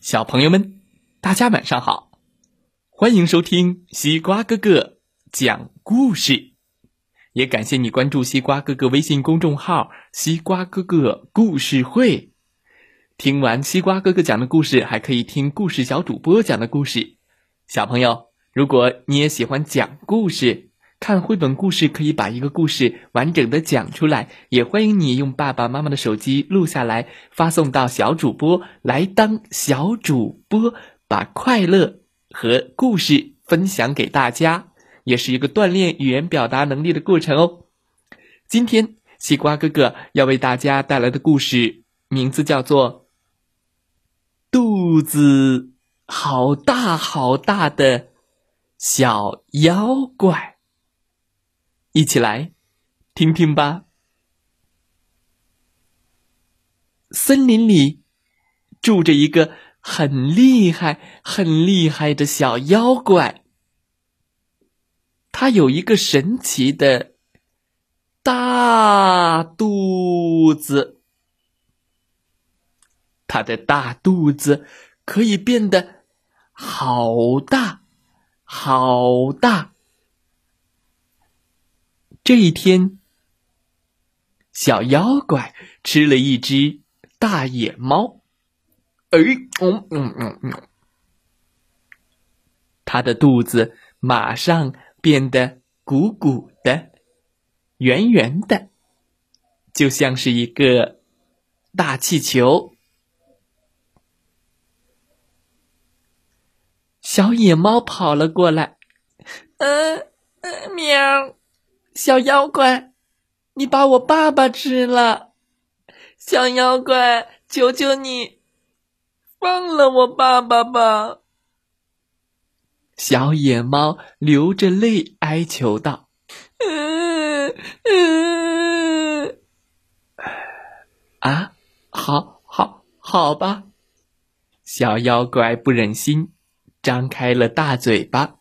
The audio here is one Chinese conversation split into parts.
小朋友们，大家晚上好，欢迎收听西瓜哥哥讲故事，也感谢你关注西瓜哥哥微信公众号西瓜哥哥故事会。听完西瓜哥哥讲的故事，还可以听故事小主播讲的故事。小朋友，如果你也喜欢讲故事，看绘本故事可以把一个故事完整的讲出来，也欢迎你用爸爸妈妈的手机录下来，发送到小主播来当小主播，把快乐和故事分享给大家，也是一个锻炼语言表达能力的过程哦。今天西瓜哥哥要为大家带来的故事名字叫做肚子好大好大的小妖怪，一起来听听吧。森林里住着一个很厉害的小妖怪，他有一个神奇的大肚子，他的大肚子可以变得好大好大。这一天，小妖怪吃了一只大野猫，他的肚子马上变得鼓鼓的，圆圆的，就像是一个大气球。小野猫跑了过来，喵！小妖怪，你把我爸爸吃了！小妖怪，求求你，放了我爸爸吧！小野猫流着泪哀求道：“好吧。”小妖怪不忍心，张开了大嘴巴。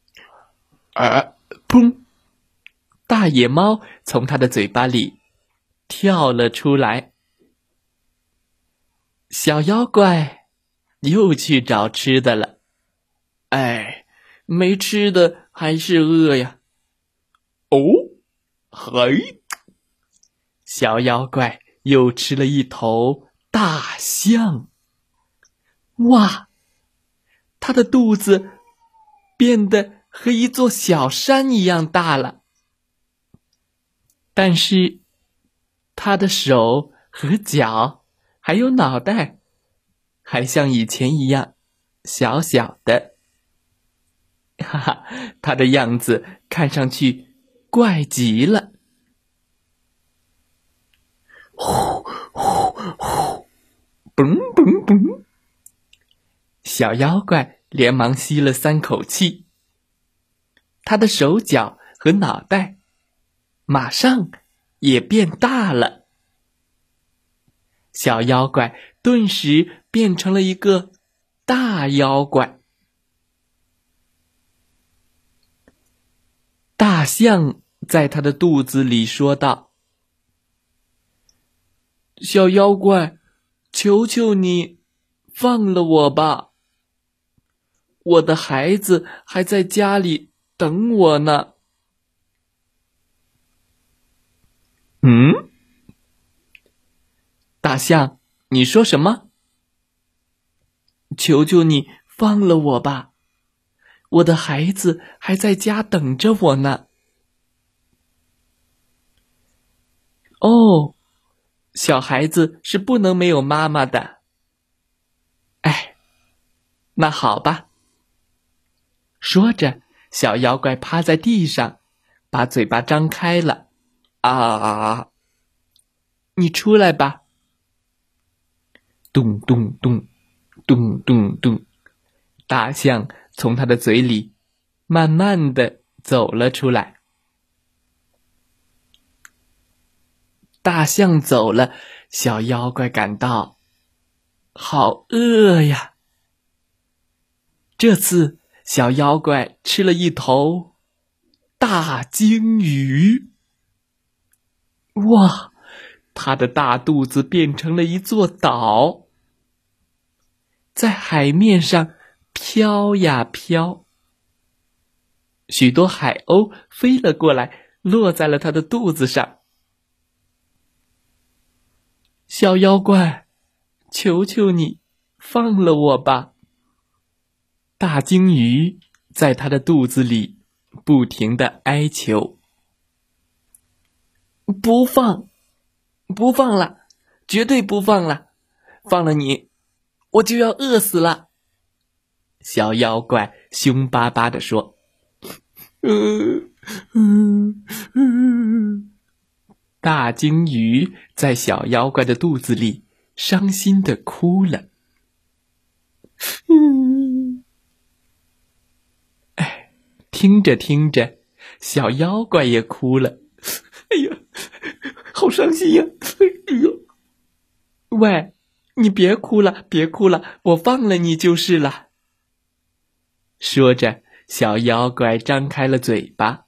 砰！大野猫从他的嘴巴里跳了出来。小妖怪又去找吃的了。没吃的还是饿呀。嘿！小妖怪又吃了一头大象。哇！他的肚子变得和一座小山一样大了。但是他的手和脚还有脑袋还像以前一样小小的，哈哈，他的样子看上去怪极了。呼呼呼，嘣嘣嘣！小妖怪连忙吸了3口气，他的手脚和脑袋马上也变大了。小妖怪顿时变成了一个大妖怪。大象在他的肚子里说道：“小妖怪，求求你，放了我吧！我的孩子还在家里等我呢。”大象，你说什么？求求你放了我吧，我的孩子还在家等着我呢。哦，小孩子是不能没有妈妈的。那好吧。说着，小妖怪趴在地上，把嘴巴张开了。你出来吧。咚咚咚，咚咚咚，大象从他的嘴里慢慢地走了出来。大象走了，小妖怪感到好饿呀。这次小妖怪吃了一头大鲸鱼。哇，他的大肚子变成了一座岛。 在海面上飘呀飘。许多海鸥飞了过来，落在了他的肚子上。小妖怪，求求你，放了我吧！大鲸鱼在他的肚子里不停地哀求。不放，不放了，绝对不放了！放了你，我就要饿死了。小妖怪凶巴巴地说。大鲸鱼在小妖怪的肚子里伤心地哭了。哎，听着听着，小妖怪也哭了。哎呀，好伤心呀！哎呦，喂，你别哭了，别哭了，我放了你就是了。说着，小妖怪张开了嘴巴。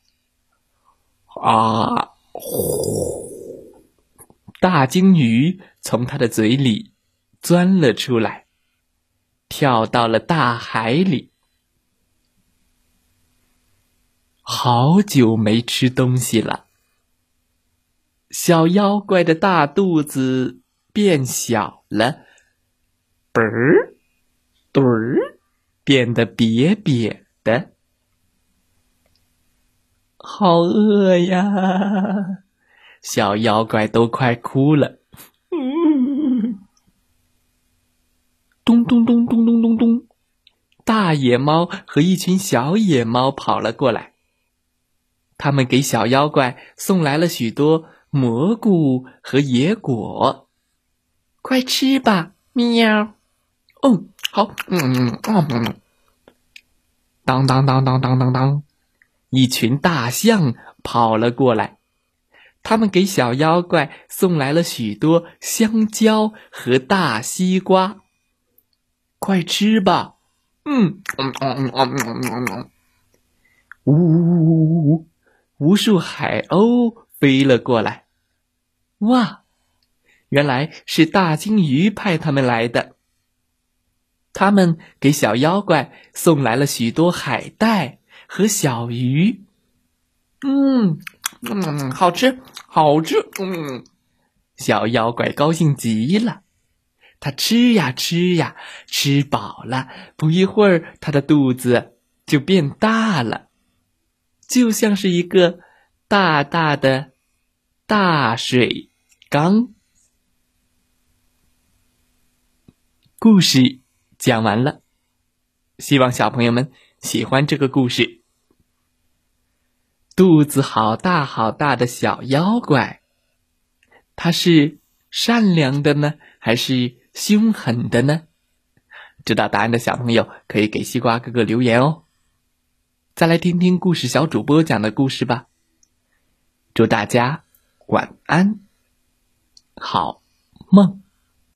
啊，呼！大鲸鱼从他的嘴里钻了出来，跳到了大海里。好久没吃东西了，小妖怪的大肚子变小了，啵儿墩儿，变得瘪瘪的。好饿呀！小妖怪都快哭了。咚咚咚咚咚咚咚，大野猫和一群小野猫跑了过来。他们给小妖怪送来了许多蘑菇和野果。快吃吧，喵！哦，好，当当当当当当当，一群大象跑了过来。他们给小妖怪送来了许多香蕉和大西瓜。快吃吧！呜呜呜呜！无数海鸥飞了过来。哇，原来是大鲸鱼派他们来的。他们给小妖怪送来了许多海带和小鱼。好吃，好吃！小妖怪高兴极了。他吃呀吃呀，吃饱了，不一会儿，他的肚子就变大了，就像是一个大大的大水缸。故事讲完了，希望小朋友们喜欢这个故事。肚子好大好大的小妖怪，它是善良的呢，还是凶狠的呢？知道答案的小朋友可以给西瓜哥哥留言哦。再来听听故事小主播讲的故事吧。祝大家晚安，好梦。